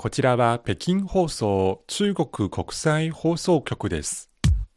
こちらは北京放送中国国際放送局です。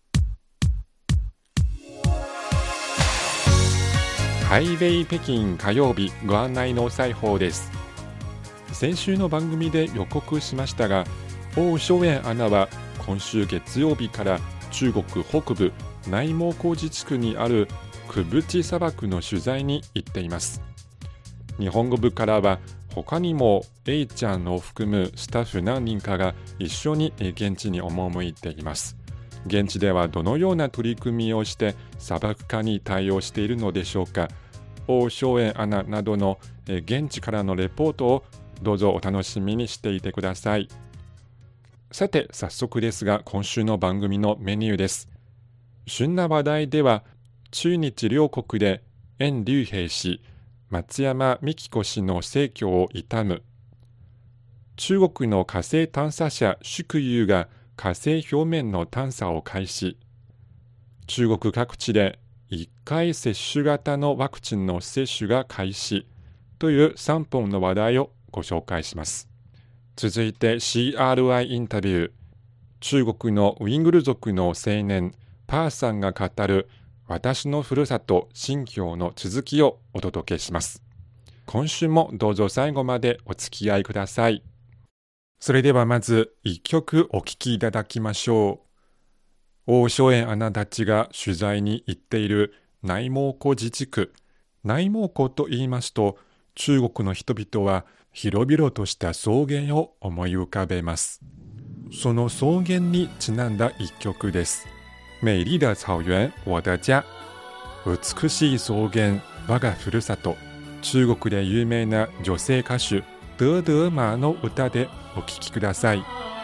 ハイウェイ北京火曜日ご案内の西宝です。先週の番組で予告しましたが、王正燕アナは今週月曜日から中国北部内蒙古自治区にあるクブチ砂漠の取材に行っています。日本語部からは他にも A ちゃんを含むスタッフ何人かが一緒に現地に赴いています。現地ではどのような取り組みをして砂漠化に対応しているのでしょうか。王正燕アナなどの現地からのレポートをどうぞお楽しみにしていてください。さて早速ですが、今週の番組のメニューです。旬な話題では中日両国で袁隆平氏、松山美紀子氏の逝去を悼む。中国の火星探査車祝融が火星表面の探査を開始。中国各地で1回接種型のワクチンの接種が開始という3本の話題をご紹介します。続いて CRI インタビュー。中国のウイグル族の青年パーさんが語る私のふるさと新疆の続きをお届けします。今週もどうぞ最後までお付き合いください。それではまず一曲お聴きいただきましょう。王正燕アナたちが取材に行っている内蒙古自治区。内蒙古と言いますと、中国の人々は広々とした草原を思い浮かべます。その草原にちなんだ一曲です。美麗的草原我的家。美しい草原我がふるさと。中国で有名な女性歌手德德玛の歌でお聴きください。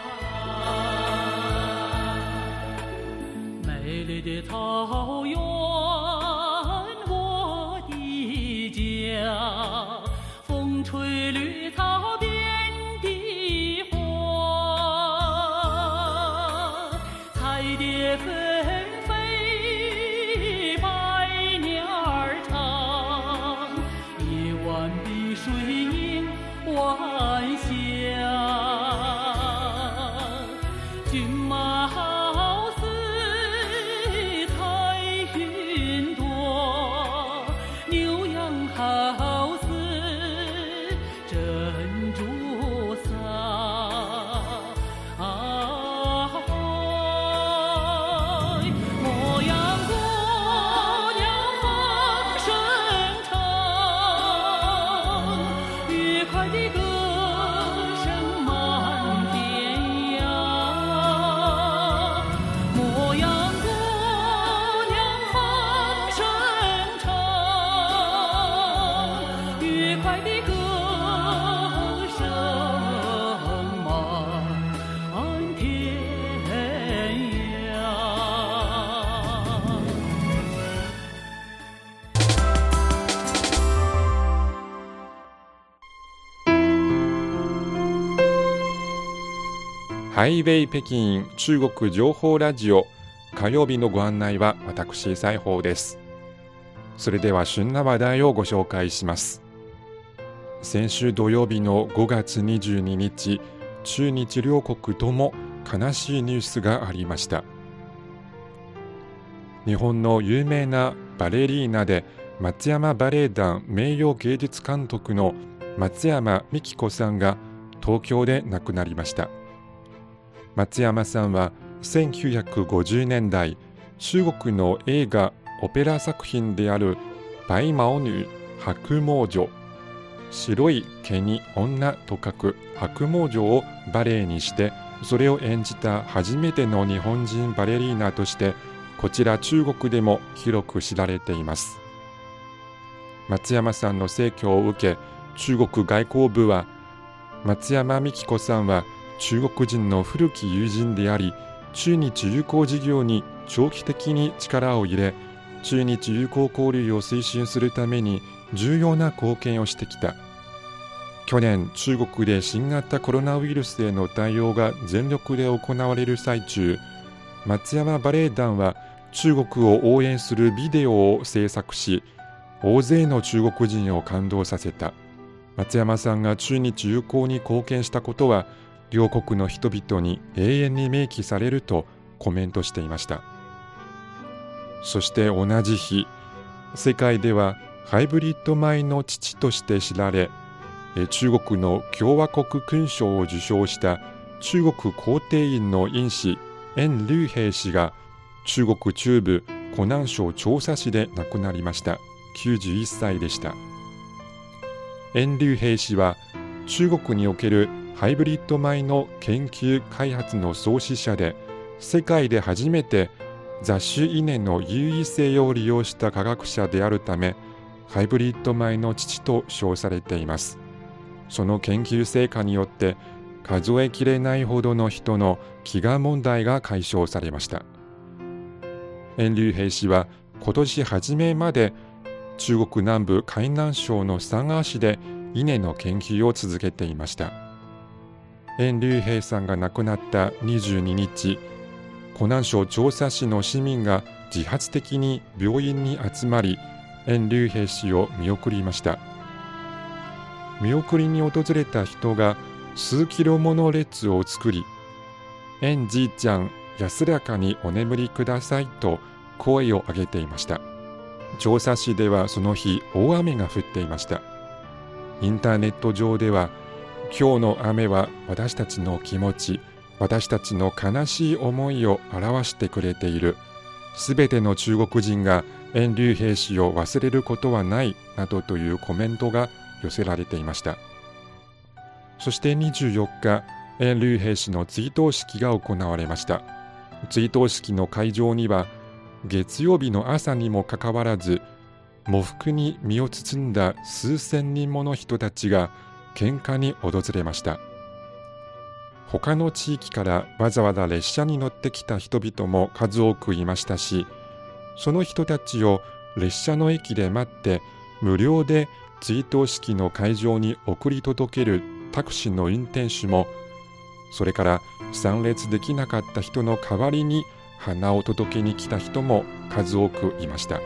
美麗的草原我的家，風吹綠草遍地花，彩蝶紛飛百鳥兒唱，夜晚碧水映晚霞，駿馬好似彩雲朵，牛羊好似珍珠撒。牧羊姑娘放声唱，愉快的歌声满天涯。牧羊姑娘放声唱，愉快的歌声满天涯。 ハイウェイ北京中国情報ラジオ火曜日のご案内は私西宝です。それでは旬な話題をご紹介します。先週土曜日の5月22日、中日両国とも悲しいニュースがありました。日本の有名なバレリーナで松山バレエ団名誉芸術監督の松山美紀子さんが東京で亡くなりました。松山さんは1950年代、中国の映画・オペラ作品である白毛女、白毛女、白い毛に女と書く白毛女をバレエにして、それを演じた初めての日本人バレリーナとして、こちら中国でも広く知られています。松山さんの逝去を受け、中国外交部は、松山美紀子さんは中国人の古き友人であり、中日友好事業に長期的に力を入れ、中日友好交流を推進するために重要な貢献をしてきた。去年、中国で新型コロナウイルスへの対応が全力で行われる最中、松山バレエ団は中国を応援するビデオを制作し、大勢の中国人を感動させた。松山さんが中日友好に貢献したことは、 両国の人々に永遠に銘記されるとコメントしていました。そして同じ日、世界ではハイブリッド米の父として知られ、中国の共和国勲章を受章した中国皇帝院の院士袁隆平氏が中国中部湖南省長沙市で亡くなりました。91歳でした。袁隆平氏は中国におけるハイブリッド米の研究開発の創始者で、世界で初めて雑種稲の優位性を利用した科学者であるため、ハイブリッド米の父と称されています。その研究成果によって数えきれないほどの人の飢餓問題が解消されました。袁隆平氏は今年初めまで中国南部海南省の三河市で稲の研究を続けていました。袁隆平さんが亡くなった22日、湖南省長沙市の市民が自発的に病院に集まり、袁隆平氏を見送りました。見送りに訪れた人が数キロもの列を作り、袁じいちゃん、安らかにお眠りくださいと声を上げていました。長沙市ではその日、大雨が降っていました。インターネット上では、今日の雨は私たちの気持ち、私たちの悲しい思いを表してくれている。すべての中国人が袁隆平氏を忘れることはないなどというコメントが寄せられていました。そして24日、袁隆平氏の追悼式が行われました。追悼式の会場には、月曜日の朝にもかかわらず、喪服に身を包んだ数千人もの人たちが献花に訪れました。他の地域からわざわざ列車に乗ってきた人々も数多くいましたし、その人たちを列車の駅で待って無料で追悼式の会場に送り届けるタクシーの運転手も、それから参列できなかった人の代わりに花を届けに来た人も数多くいました。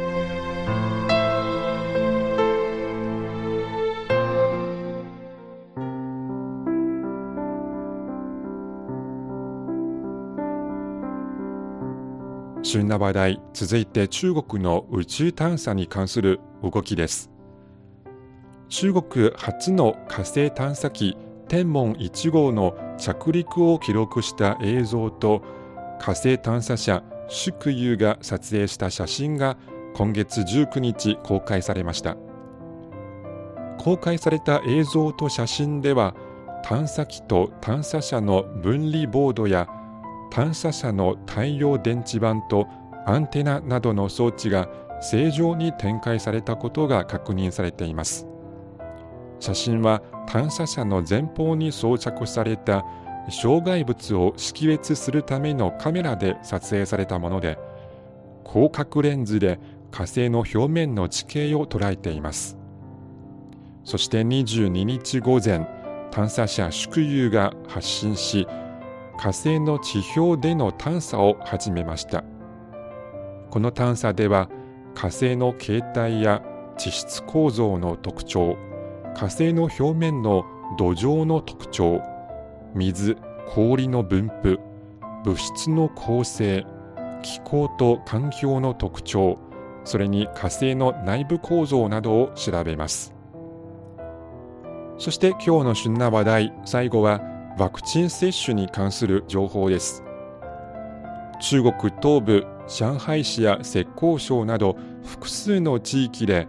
旬な話題、続いて中国の宇宙探査に関する動きです。中国初の火星探査機天文1号の着陸を記録した映像と、火星探査車祝融が撮影した写真が今月19日公開されました。公開された映像と写真では、探査機と探査車の分離ボードや探査車の太陽電池板とアンテナなどの装置が正常に展開されたことが確認されています。写真は探査車の前方に装着された障害物を識別するためのカメラで撮影されたもので、広角レンズで火星の表面の地形を捉えています。そして22日午前、探査車祝融が発進し、火星の地表での探査を始めました。この探査では、火星の形態や地質構造の特徴、火星の表面の土壌の特徴、水・氷の分布、物質の構成、気候と環境の特徴、それに火星の内部構造などを調べます。そして今日の旬な話題、最後はワクチン接種に関する情報です。中国東部上海市や浙江省など複数の地域で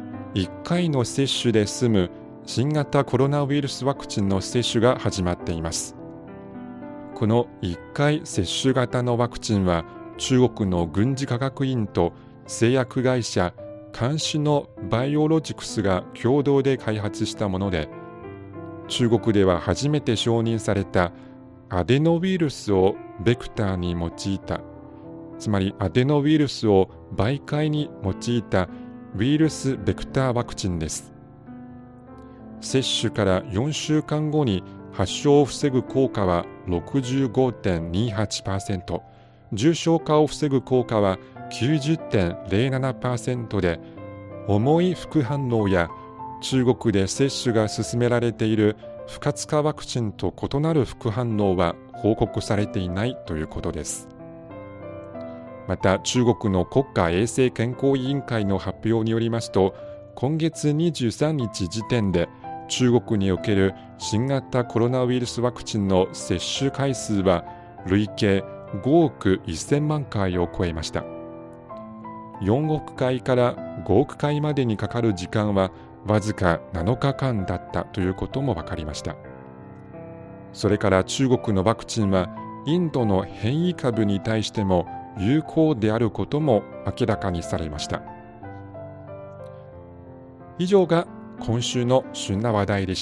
1回の接種で済む新型コロナウイルスワクチンの接種が始まっています。この1回接種型のワクチンは、中国の軍事科学院と製薬会社監視のバイオロジクスが共同で開発したもので、中国では初めて承認されたアデノウイルスをベクターに用いた、つまりアデノウイルスを媒介に用いたウイルスベクターワクチンです。接種から4週間後に発症を防ぐ効果は 65.28%、重症化を防ぐ効果は 90.07% で、重い副反応や中国で接種が進められている不活化ワクチンと異なる副反応は報告されていないということです。また中国の国家衛生健康委員会の発表によりますと、今月23日時点で中国における新型コロナウイルスワクチンの接種回数は累計5億1000万回を超えました。4億回から5億回までにかかる時間はわずか7日間だったということも分かりました。それから中国のワクチンはインドの変異株に対しても有効であることも明らかにされました。以上が今週の旬な話題でした。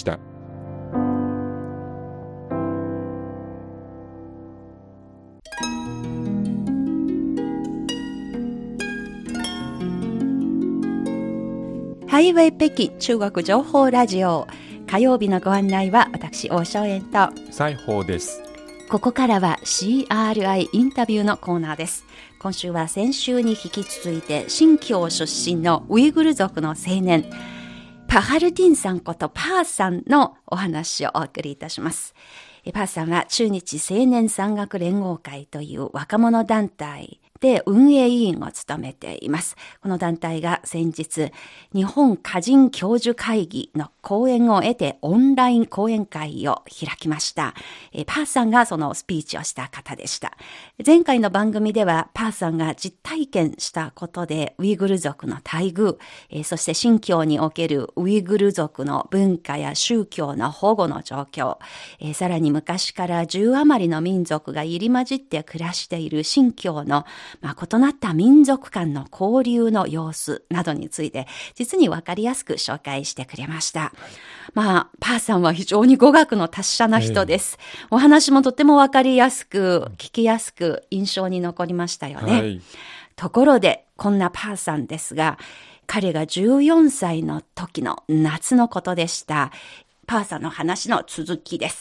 ハイウェイ北京中国情報ラジオ、火曜日のご案内は私王正円と西宝です。 ここからは CRI インタビューのコーナーです。今週は先週に引き続いて新疆出身のウイグル族の青年パハルディンさんことパーさんのお話をお送りいたします。パーさんは中日青年山岳連合会という若者団体で運営委員を務めています。この団体が先日日本歌人教授会議の講演を得てオンライン講演会を開きました。パーさんがそのスピーチをした方でした。前回の番組ではパーさんが実体験したことでウイグル族の待遇、そして新疆におけるウイグル族の文化や宗教の保護の状況、さらに昔から10余りの民族が入り混じって暮らしている新疆の異なった民族間の交流の様子などについて実にわかりやすく紹介してくれました。パーさんは非常に語学の達者な人です。お話もとてもわかりやすく聞きやすく印象に残りましたよね。ところでこんなパーさんですが、彼が14歳の時の夏のことでした。パーさんの話の続きです。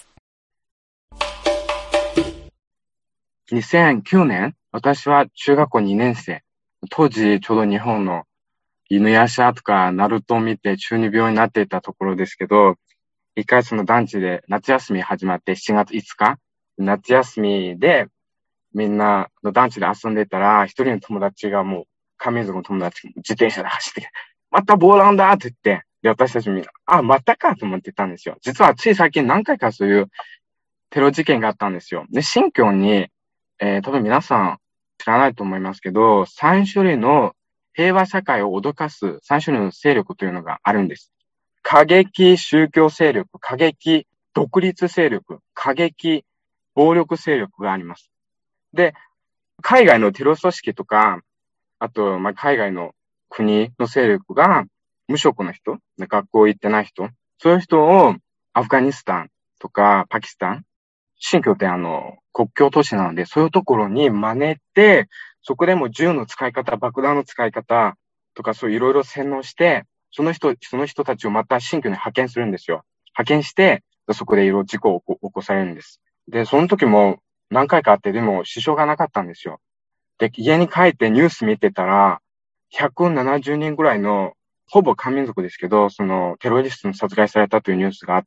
2009年、私は中学校2年生。当時、ちょうど日本の犬夜叉とかナルトを見て中二病になっていたところですけど、一回その団地で夏休み始まって7月5日、夏休みでみんなの団地で遊んでたら、一人の友達がもう、仮面族の友達が自転車で走ってきて、また暴乱だって言って、で、私たちみんな、またかと思ってたんですよ。実はつい最近何回かそういうテロ事件があったんですよ。で、新疆に、多分皆さん知らないと思いますけど、3種類の平和社会を脅かす3種類の勢力というのがあるんです。過激宗教勢力、過激独立勢力、過激暴力勢力があります。で、海外のテロ組織とか、あと、海外の国の勢力が無職の人、学校行ってない人、そういう人をアフガニスタンとかパキスタン、新疆って国境都市なので、そういうところに真似て、そこでも銃の使い方、爆弾の使い方とか、そういろいろ洗脳して、その人たちをまた新疆に派遣するんですよ。派遣して、そこでいろいろ事故を起こされるんです。で、その時も何回かあって、でも支障がなかったんですよ。で、家に帰ってニュース見てたら、170人ぐらいの、ほぼ漢民族ですけど、そのテロリストに殺害されたというニュースがあって、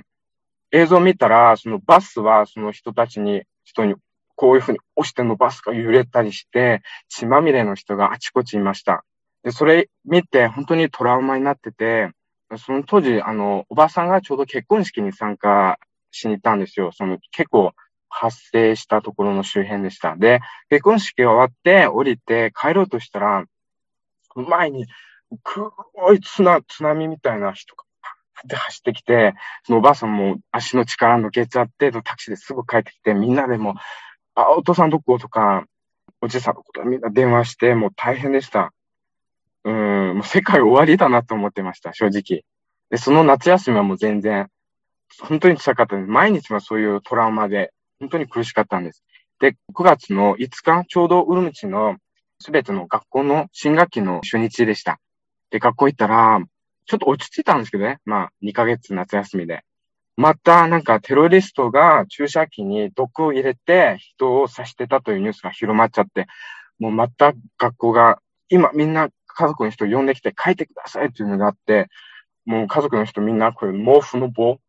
映像を見たら、そのバスはその人にこういうふうに押してのバスが揺れたりして、血まみれの人があちこちいました。で、それ見て本当にトラウマになってて、その当時、おばさんがちょうど結婚式に参加しに行ったんですよ。その結構発生したところの周辺でした。で、結婚式が終わって降りて帰ろうとしたら、前に黒い津波みたいな人がで走ってきて、そのおばあさんも足の力抜けちゃって、タクシーですぐ帰ってきて、みんなでも、お父さんどことか、おじさんのことみんな電話して、もう大変でした。もう世界終わりだなと思ってました、正直。で、その夏休みはもう全然、本当に辛かったです。毎日はそういうトラウマで、本当に苦しかったんです。で、9月の5日、ちょうどウルムチのすべての学校の新学期の初日でした。で、学校行ったら、ちょっと落ち着いたんですけどね。2ヶ月夏休みで。また、テロリストが注射器に毒を入れて人を刺してたというニュースが広まっちゃって、もうまた学校が、今みんな家族の人を呼んできて帰ってくださいっていうのがあって、もう家族の人みんなこれ毛布の棒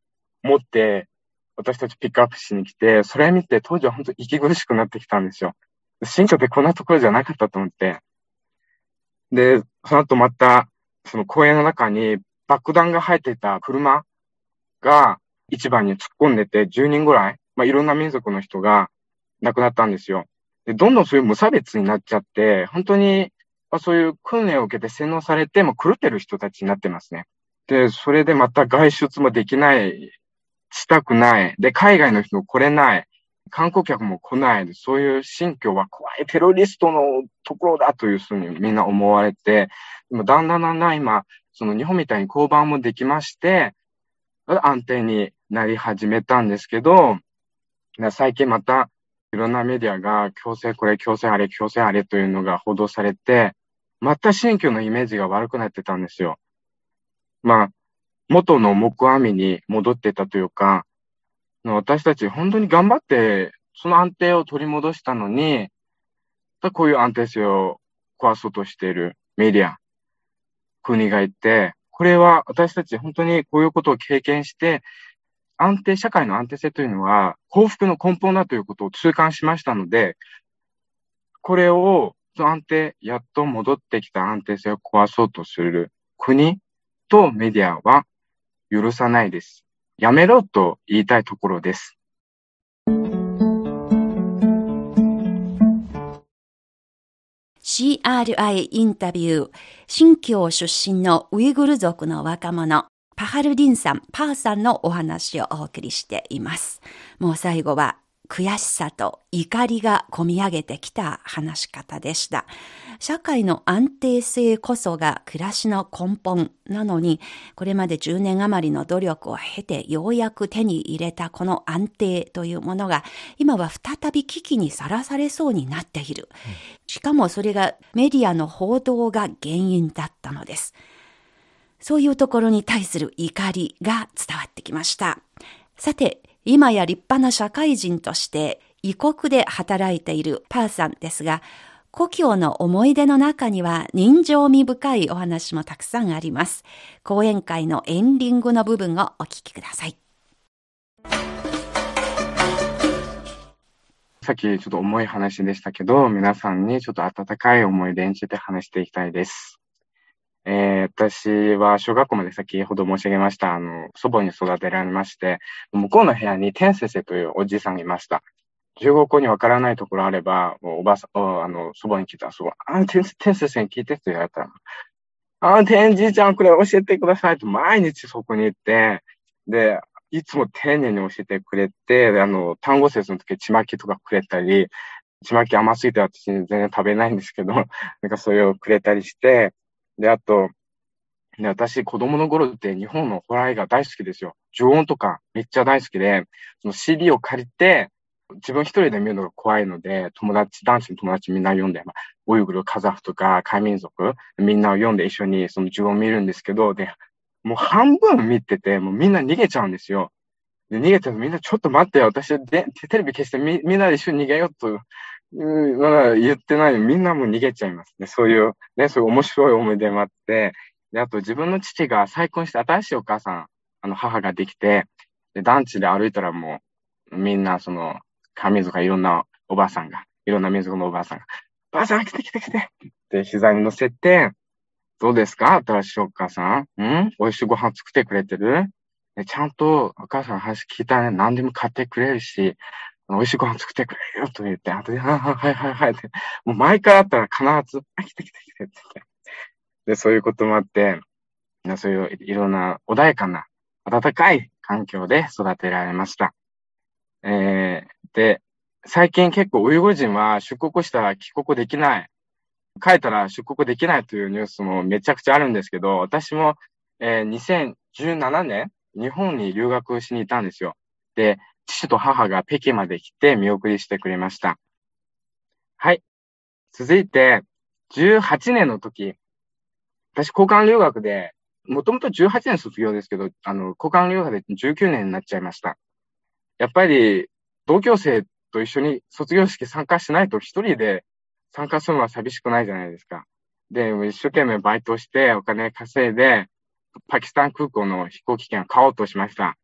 持って、私たちピックアップしに来て、それ見て当時は本当に息苦しくなってきたんですよ。新居ってこんなところじゃなかったと思って。で、その後また、その公園の中に爆弾が入っていた車が市場に突っ込んでて10人ぐらい、いろんな民族の人が亡くなったんですよ。で、どんどんそういう無差別になっちゃって、本当に、そういう訓練を受けて洗脳されて、もう狂ってる人たちになってますね。で、それでまた外出もできない、したくない。で、海外の人も来れない。観光客も来ない。そういう新疆は怖いテロリストのところだというふうにみんな思われて、でもだんだん今、その日本みたいに交番もできまして、安定になり始めたんですけど、最近またいろんなメディアが強制これ、強制あれ、強制あれというのが報道されて、また新疆のイメージが悪くなってたんですよ。元の木阿弥に戻ってたというか、私たち本当に頑張って、その安定を取り戻したのに、こういう安定性を壊そうとしているメディア、国がいて、これは私たち本当にこういうことを経験して、社会の安定性というのは幸福の根本だということを痛感しましたので、これを、そのやっと戻ってきた安定性を壊そうとする国とメディアは許さないです。やめろと言いたいところです。 CRI インタビュー、新疆出身のウイグル族の若者、パハルディンさん、パーさんのお話をお送りしています。もう最後は悔しさと怒りがこみ上げてきた話し方でした。社会の安定性こそが暮らしの根本なのに、これまで10年余りの努力を経てようやく手に入れたこの安定というものが、今は再び危機にさらされそうになっている。しかもそれがメディアの報道が原因だったのです。そういうところに対する怒りが伝わってきました。さて、今や立派な社会人として異国で働いているパーさんですが、故郷の思い出の中には人情味深いお話もたくさんあります。講演会のエンディングの部分をお聞きください。 さっきちょっと重い話でしたけど、皆さんにちょっと温かい思い出について話していきたいです。私は小学校まで先ほど申し上げました、祖母に育てられまして、向こうの部屋に天先生というおじいさんがいました。中国語にわからないところあれば、おばさん、祖母に聞いたら、天先生に聞いてって言われたら、天じいちゃんこれ教えてくださいと毎日そこに行って、で、いつも丁寧に教えてくれて、単語説の時ちまきとかくれたり、ちまき甘すぎて私全然食べないんですけど、それをくれたりして、で、あと、私、子供の頃って日本のホラー映画大好きですよ。呪音とかめっちゃ大好きで、その CD を借りて、自分一人で見るのが怖いので、男子の友達みんな読んで、ウイグル、カザフとか、漢民族、みんなを読んで一緒にその呪音を見るんですけど、で、もう半分見てて、もうみんな逃げちゃうんですよ。で、逃げてるみんなちょっと待ってよ。私で、テレビ消してみんなで一緒に逃げようと、まだ言ってないのみんなもう逃げちゃいますね。そういう面白い思い出もあって、で、あと自分の父が再婚して新しいお母さん、母ができて、で、団地で歩いたらもう、みんな漢民族がいろんなおばあさんが、いろんな民族のおばあさんが、ばあさん来てって膝に乗せて、どうですか新しいお母さん美味しいご飯作ってくれてるでちゃんとお母さんの話聞いたらね、何でも買ってくれるし、美味しいご飯作ってくれるよと言って、あとで、はいって、もう毎回会ったら必ず、来てって言って。で、そういうこともあって、そういういろんな穏やかな、温かい環境で育てられました。で、最近結構ウイグル人は出国したら帰国できない。帰ったら出国できないというニュースもめちゃくちゃあるんですけど、私も、2017年、日本に留学しに行ったんですよ。で、父と母が北京まで来て見送りしてくれました。はい。続いて、18年の時、私交換留学で、もともと18年卒業ですけど、交換留学で19年になっちゃいました。やっぱり、同級生と一緒に卒業式参加しないと一人で参加するのは寂しくないじゃないですか。で、一生懸命バイトしてお金稼いで、パキスタン空港の飛行機券を買おうとしました。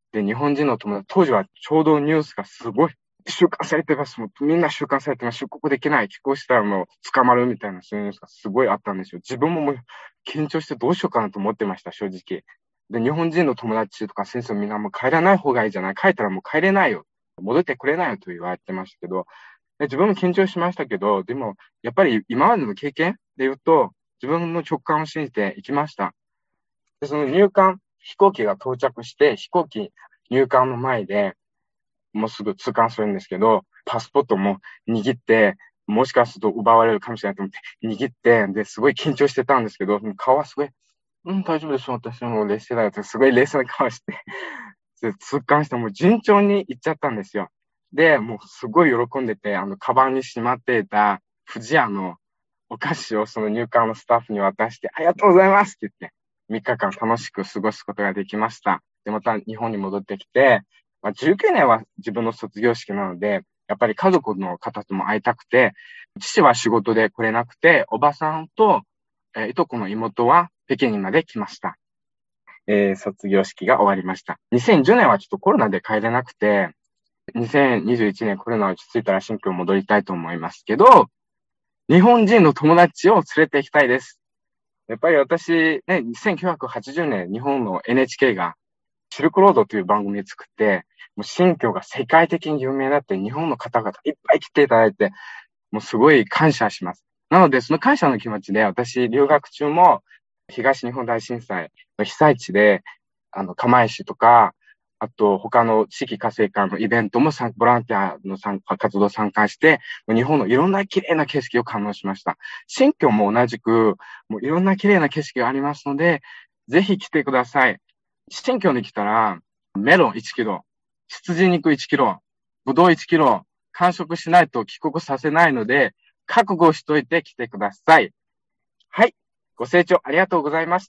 で、日本人の友達、当時はちょうどニュースがすごい収監されてます。もうみんな収監されてます。出国できない。帰国したらもう捕まるみたいな、そういうニュースがすごいあったんですよ。自分ももう緊張してどうしようかなと思ってました、正直。で、日本人の友達とか先生みんなもう帰らない方がいいじゃない。帰ったらもう帰れないよ。戻ってくれないよと言われてましたけど、で自分も緊張しましたけど、でも、やっぱり今までの経験で言うと、自分の直感を信じて行きました。で、その飛行機が到着して、飛行機入管の前で、もうすぐ通関するんですけど、パスポートも握って、もしかすると奪われるかもしれないと思って、握って、で、すごい緊張してたんですけど、顔はすごい、大丈夫です。私も冷静だよって、すごい冷静な顔して、で通関してもう順調に行っちゃったんですよ。で、もうすごい喜んでて、カバンにしまっていた、不二家のお菓子をその入管のスタッフに渡して、ありがとうございますって言って、3日間楽しく過ごすことができました。で、また日本に戻ってきて、19年は自分の卒業式なので、やっぱり家族の方とも会いたくて、父は仕事で来れなくて、おばさんと、いとこの妹は北京にまで来ました。卒業式が終わりました。2010年はちょっとコロナで帰れなくて、2021年コロナ落ち着いたら新居戻りたいと思いますけど、日本人の友達を連れて行きたいです。やっぱり私、ね、1980年日本の NHK がシルクロードという番組を作って、もう新居が世界的に有名になって日本の方々いっぱい来ていただいて、もうすごい感謝します。なので、その感謝の気持ちで私、留学中も東日本大震災の被災地で、釜石とか、あと他の地域活性化のイベントもボランティアの活動参加して、日本のいろんな綺麗な景色を堪能しました。新居も同じく、もういろんな綺麗な景色がありますので、ぜひ来てください。新居に来たら、メロン1キロ、羊肉1キロ、ぶどう1キロ、完食しないと帰国させないので、覚悟しといて来てください。はい。ご清聴ありがとうございました。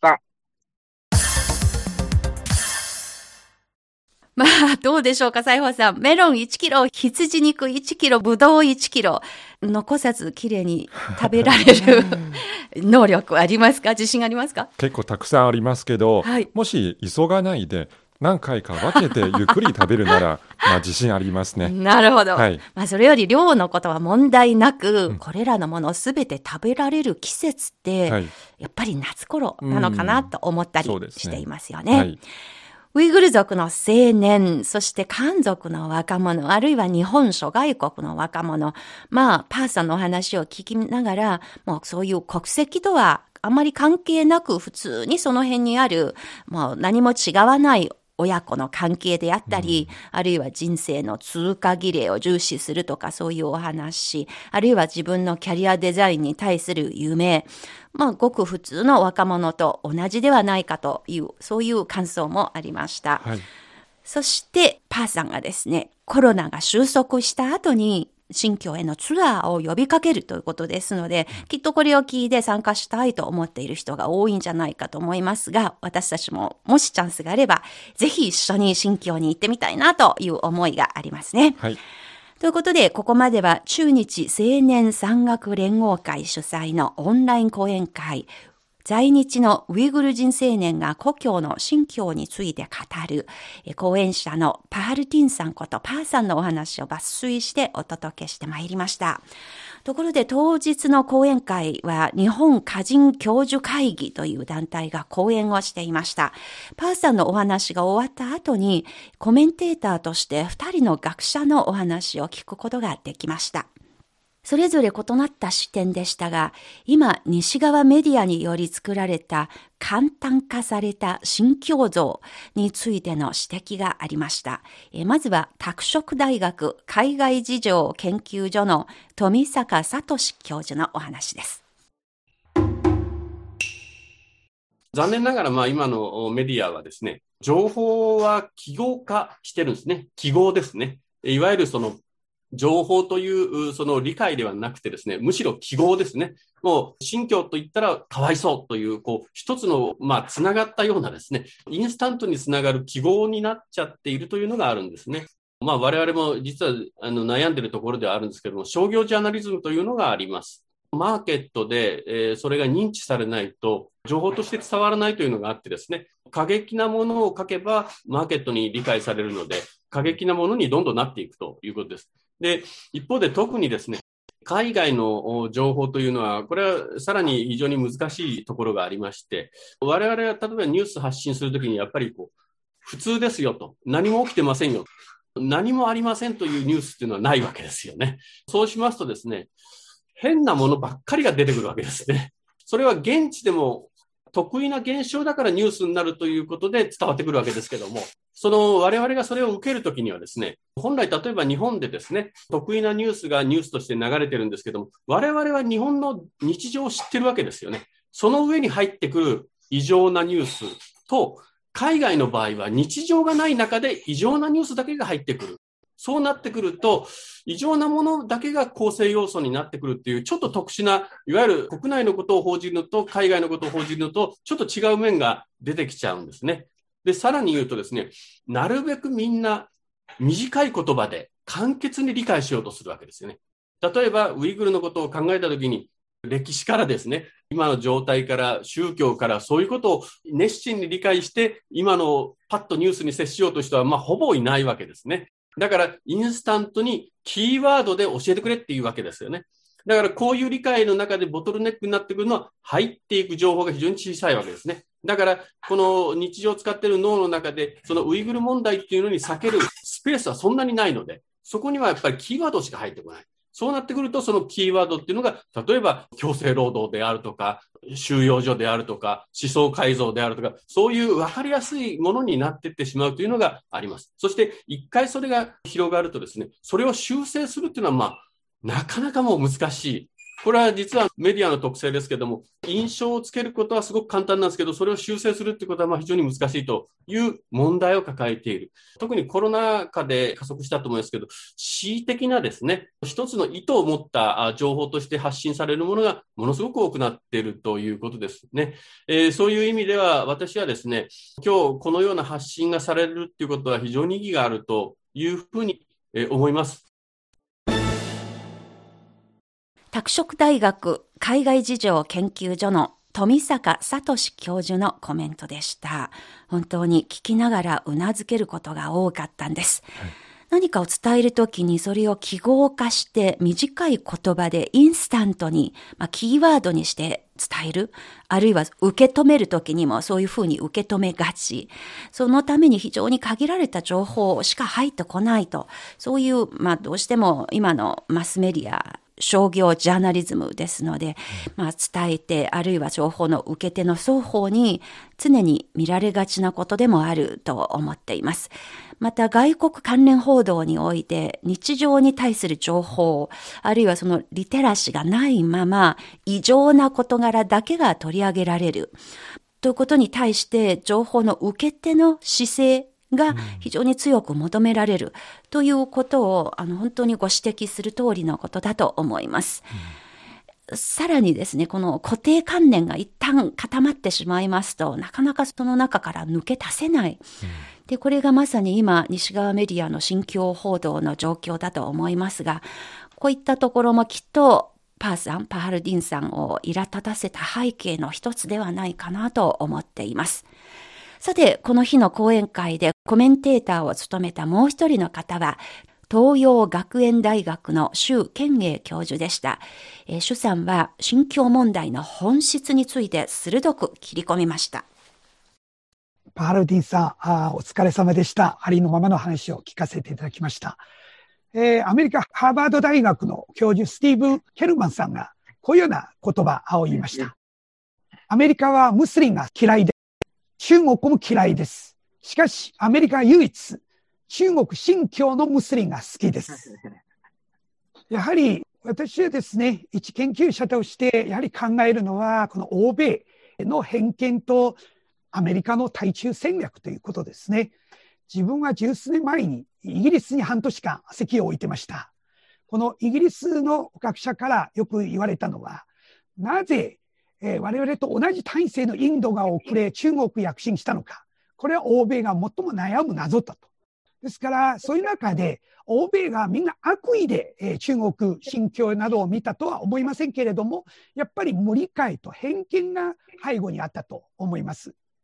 まあ、どうでしょうか、西郷さん。メロン1キロ、羊肉1キロ、ぶどう1キロ、残さずきれいに食べられる能力ありますか？自信ありますか？ 結構たくさんありますけど、 はい、 もし急がないで何回か分けてゆっくり食べるなら自信ありますね。 なるほど、 はい。 それより量のことは問題なく、これらのものをすべて食べられる季節って、はい、やっぱり夏頃なのかなと思ったりしていますよね。はい、ウイグル族の青年、そして漢族の若者、あるいは日本諸外国の若者、パーさんのお話を聞きながら、もうそういう国籍とはあまり関係なく普通にその辺にある、もう何も違わない親子の関係であったり、あるいは人生の通過儀礼を重視するとかそういうお話、あるいは自分のキャリアデザインに対する夢、ごく普通の若者と同じではないかという、そういう感想もありました。はい、そして、パーさんがですね、コロナが収束した後に、新居へのツアーを呼びかけるということですので、きっとこれを聞いて参加したいと思っている人が多いんじゃないかと思いますが、私たちももしチャンスがあれば、ぜひ一緒に新居に行ってみたいなという思いがありますね。はい。ということで、ここまでは中日青年山岳連合会主催のオンライン講演会、在日のウイグル人青年が故郷の新疆について語る講演者のパハルティンさんことパーさんのお話を抜粋してお届けしてまいりました。ところで当日の講演会は日本歌人教授会議という団体が講演をしていました。パーさんのお話が終わった後にコメンテーターとして2人の学者のお話を聞くことができました。それぞれ異なった視点でしたが、今、西側メディアにより作られた簡単化された新疆像についての指摘がありました。まずは、拓殖大学海外事情研究所の富坂聡教授のお話です。 残念ながら、今のメディアはですね、情報は記号化してるんですね。記号ですね。いわゆる情報というその理解ではなくてですね、むしろ記号ですね。もう新疆と言ったらかわいそうという一つのつながったようなですね、インスタントにつながる記号になっちゃっているというのがあるんですね。我々も実は悩んでいるところではあるんですけども、商業ジャーナリズムというのがあります。マーケットで、それが認知されないと情報として伝わらないというのがあってですね、 過激なものを書けばマーケットに理解されるので、過激なものにどんどんなっていくということです。で、一方で特にですね、海外の情報というのは、これはさらに非常に難しいところがありまして、我々は例えばニュース発信するときにやっぱり普通ですよと、何も起きてませんよ、何もありませんというニュースっていうのはないわけですよね。そうしますとですね、変なものばっかりが出てくるわけですね。それは現地でも得意な現象だからニュースになるということで伝わってくるわけですけども、我々がそれを受けるときにはですね、本来例えば日本でですね、得意なニュースがニュースとして流れてるんですけども、我々は日本の日常を知ってるわけですよね。その上に入ってくる異常なニュースと、海外の場合は日常がない中で異常なニュースだけが入ってくる。そうなってくると、異常なものだけが構成要素になってくるっていう、ちょっと特殊な、いわゆる国内のことを報じるのと、海外のことを報じるのと、ちょっと違う面が出てきちゃうんですね。で、さらに言うとですね、なるべくみんな短い言葉で簡潔に理解しようとするわけですよね。例えば、ウイグルのことを考えたときに、歴史からですね、今の状態から宗教からそういうことを熱心に理解して、今のパッとニュースに接しようという人は、ほぼいないわけですね。だから、インスタントにキーワードで教えてくれっていうわけですよね。だから、こういう理解の中でボトルネックになってくるのは、入っていく情報が非常に小さいわけですね。だから、この日常を使っている脳の中で、そのウイグル問題っていうのに避けるスペースはそんなにないので、そこにはやっぱりキーワードしか入ってこない。そうなってくると、そのキーワードっていうのが、例えば強制労働であるとか、収容所であるとか、思想改造であるとか、そういう分かりやすいものになっていってしまうというのがあります。そして、一回それが広がるとですね、それを修正するっていうのは、なかなかもう難しい。これは実はメディアの特性ですけども、印象をつけることはすごく簡単なんですけど、それを修正するってことは非常に難しいという問題を抱えている。特にコロナ禍で加速したと思いますけど、恣意的なですね、一つの意図を持った情報として発信されるものがものすごく多くなっているということですね。そういう意味では私はですね、今日このような発信がされるっていうことは非常に意義があるというふうに思います。 拓殖大学海外事情研究所の富坂聡教授のコメントでした。本当に聞きながらうなずけることが多かったんです。何かを伝えるときにそれを記号化して短い言葉でインスタントに、キーワードにして伝える。あるいは受け止めるときにもそういうふうに受け止めがち。そのために非常に限られた情報しか入ってこないと。そういう、どうしても今のマスメディア、商業ジャーナリズムですので、伝えて、あるいは情報の受け手の双方に常に見られがちなことでもあると思っています。また外国関連報道において日常に対する情報、あるいはそのリテラシーがないまま異常な事柄だけが取り上げられるということに対して情報の受け手の姿勢が非常に強く求められるということを本当にご指摘する通りのことだと思います。さらにですね、この固定観念が一旦固まってしまいますと、なかなかその中から抜け出せない。で、これがまさに今、西側メディアの新疆報道の状況だと思いますが、こういったところもきっとパハルディンさんを苛立たせた背景の一つではないかなと思っています。さて、この日の講演会でコメンテーターを務めたもう一人の方は、東洋学園大学の周健英教授でした。周さんは新疆問題の本質について鋭く切り込みました。 パハルディンさん、お疲れ様でした。ありのままの話を聞かせていただきました。アメリカハーバード大学の教授スティーブ・ケルマンさんがこういうような言葉を言いました。アメリカはムスリンが嫌いで、中国も嫌いです。しかしアメリカは唯一中国新疆のムスリンが好きです。やはり私はですね、一研究者としてやはり考えるのは、この欧米の偏見とアメリカの対中戦略ということですね。自分は十数年前にイギリスに半年間籍を置いてました。このイギリスの学者からよく言われたのは、なぜ我々と同じ体制のインドが遅れ中国躍進したのか。これは欧米が最も悩む謎だと。ですから、そういう中で、欧米がみんな悪意で中国、新疆などを見たとは思いませんけれども、やっぱり無理解と偏見が背後にあったと思います。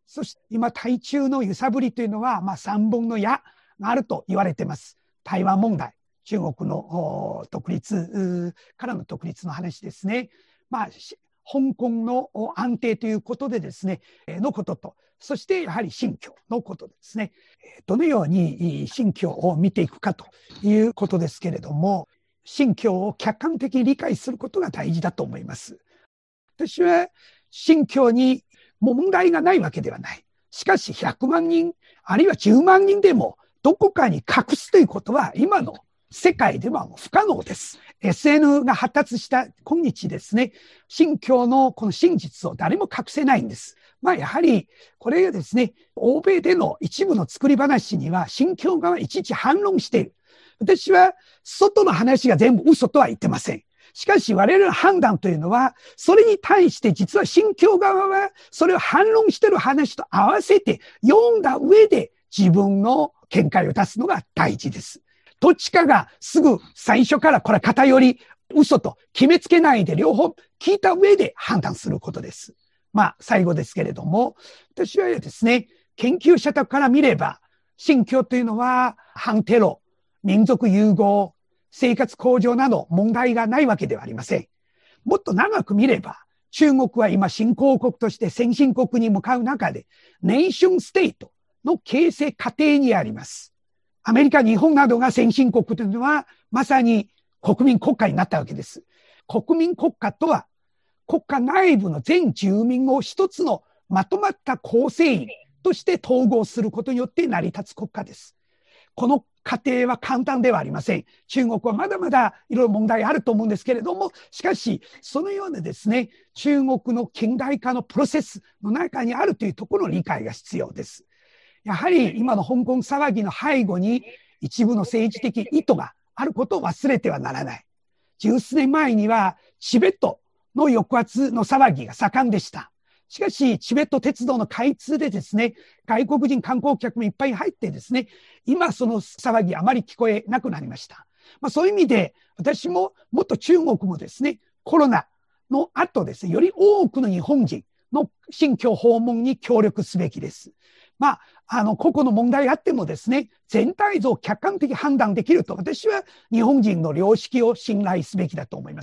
そして今、対中の揺さぶりというのは、三本の矢があると言われています。台湾問題、中国の独立からの独立の話ですね。香港の安定ということでですね、のことと、そしてやはり新疆のことですね。どのように新疆を見ていくかということですけれども、新疆を客観的に理解することが大事だと思います。私は新疆にもう問題がないわけではない。しかし100万人、あるいは10万人でもどこかに隠すということは今の世界ではもう不可能です。SN が発達した今日ですね、新疆のこの真実を誰も隠せないんです。やはりこれがですね、欧米での一部の作り話には新疆側いちいち反論している。私は外の話が全部嘘とは言ってません。しかし我々の判断というのは、それに対して実は新疆側はそれを反論している話と合わせて読んだ上で自分の見解を出すのが大事です。どっちかがすぐ最初からこれは偏り嘘と決めつけないで両方聞いた上で判断することです。最後ですけれども、私はですね、研究者から見れば、新疆というのは反テロ、民族融合、生活向上など問題がないわけではありません。もっと長く見れば、中国は今新興国として先進国に向かう中で、ネーションステートの形成過程にあります。アメリカ、日本などが先進国というのは、まさに国民国家になったわけです。国民国家とは、国家内部の全住民を一つのまとまった構成員として統合することによって成り立つ国家です。この過程は簡単ではありません。中国はまだまだいろいろ問題あると思うんですけれども、しかし、そのようなですね、中国の近代化のプロセスの中にあるというところの理解が必要です。やはり今の香港騒ぎの背後に一部の政治的意図があることを忘れてはならない。十数年前にはチベットの抑圧の騒ぎが盛んでした。しかし、チベット鉄道の開通でですね、外国人観光客もいっぱい入ってですね、今その騒ぎあまり聞こえなくなりました。そういう意味で、私ももっと中国もですね、コロナの後ですね、より多くの日本人の新疆訪問に協力すべきです。個々の問題があってもですね、全体像を客観的判断できると、私は日本人の良識を信頼すべきだと思います。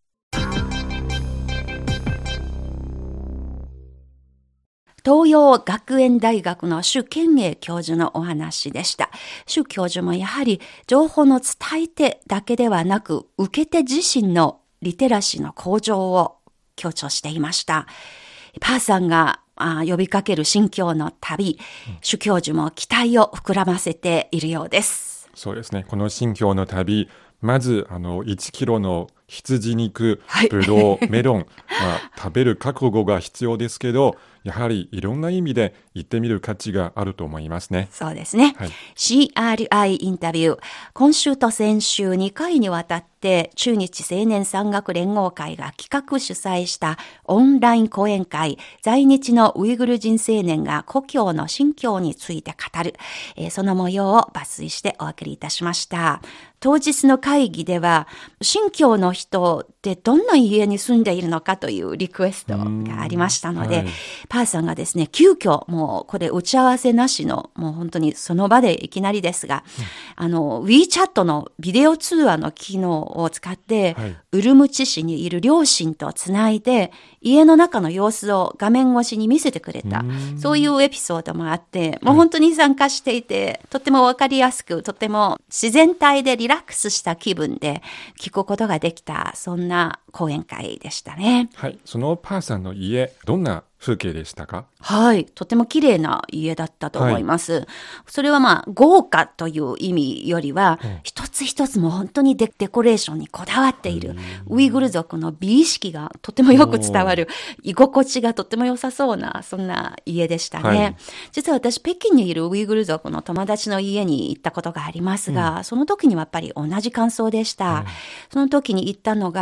東洋学園大学の朱健英教授のお話でした。朱教授もやはり情報の伝え手だけではなく、受け手自身のリテラシーの向上を強調していました。パーさんが呼びかける新疆の旅、朱教授も期待を膨らませているようです。 そうですね。この新疆の旅、まず1キロの羊肉、ぶどう、メロン、食べる覚悟が必要ですけど、やはりいろんな意味で行ってみる価値があると思いますね。 そうですね。CRI インタビュー。今週と先週2回にわたって中日青年山岳連合会が企画主催したオンライン講演会、在日のウイグル人青年が故郷の新疆について語る、その模様を抜粋してお送りいたしました。当日の会議では、新疆の人ってどんな家に住んでいるのかというリクエストがありましたので、パーさんがですね、急遽もうこれ打ち合わせなしの、もう本当にその場でいきなりですが、WeChat のビデオ通話の機能を使って、ウルムチ市にいる両親とつないで、家の中の様子を画面越しに見せてくれた、そういうエピソードもあって、もう本当に参加していて、とてもわかりやすく、とても自然体でリラックスした気分で聞くことができた、そんな講演会でしたね。 はい、そのパーさんの家、どんな風景でしたか？ はい、とても綺麗な家だったと思います。それは豪華という意味よりは、一つ一つも本当にデコレーションにこだわっている、ウイグル族の美意識がとてもよく伝わる、居心地がとても良さそうな、そんな家でしたね。実は私、北京にいるウイグル族の友達の家に行ったことがありますが、その時にはやっぱり同じ感想でした。その時に行ったのが、1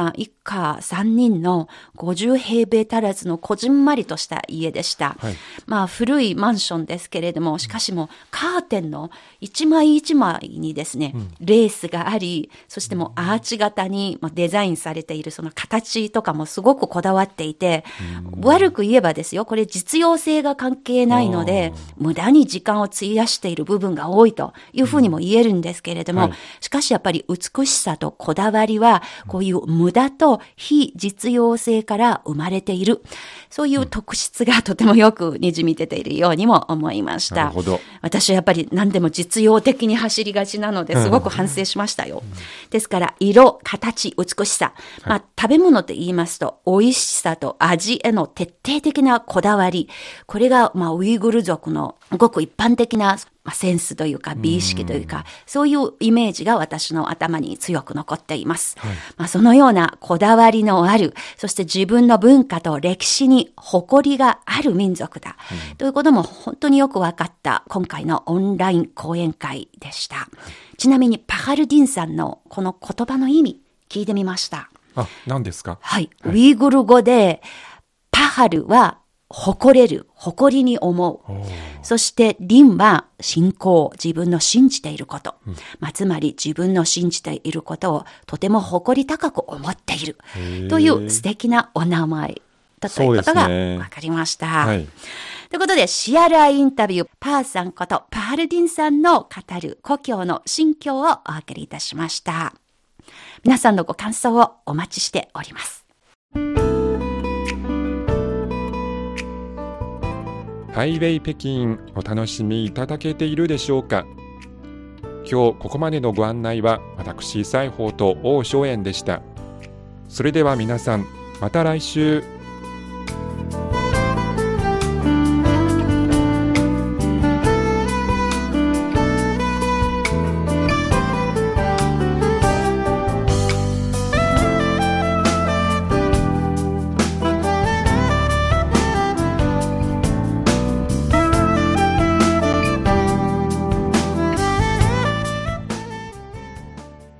家3人の50平米足らずのこじんまりとした家でした。 はい、 まあ古いマンションですけれども、しかしもカーテンの一枚一枚にですね、レースがあり、そしてもうアーチ型にデザインされているその形とかもすごくこだわっていて、悪く言えばですよ、これ実用性が関係ないので、無駄に時間を費やしている部分が多いというふうにも言えるんですけれども、しかしやっぱり美しさとこだわりは、こういう無駄と非実用性から生まれている。そういう特質がとてもよくにじみ出ているようにも思いました。 なるほど。 私はやっぱり何でも実用的に走りがちなのですごく反省しましたよ。ですから色、形、美しさ。まあ食べ物と言いますと美味しさと味への徹底的なこだわり。これがまあウイグル族のごく一般的なセンスというか美意識というか、そういうイメージが私の頭に強く残っています。まあ、そのようなこだわりのある、そして自分の文化と歴史に誇りがある民族だ、ということも本当によく分かった今回のオンライン講演会でした。ちなみにパハルディンさんのこの言葉の意味聞いてみました。 何ですか？ はい。ウイグル語でパハルは誇れる、誇りに思う。そしてリンは信仰、自分の信じていること。つまり自分の信じていることをとても誇り高く思っているという素敵なお名前だということが分かりました。ということで CRI インタビュー、パーさんことパハルディンさんの語る故郷の心境をお送りいたしました。皆さんのご感想をお待ちしております。 ハイウェイ北京、お楽しみいただけているでしょうか。今日ここまでのご案内は私、西宝と王松園でした。それでは皆さん、また来週。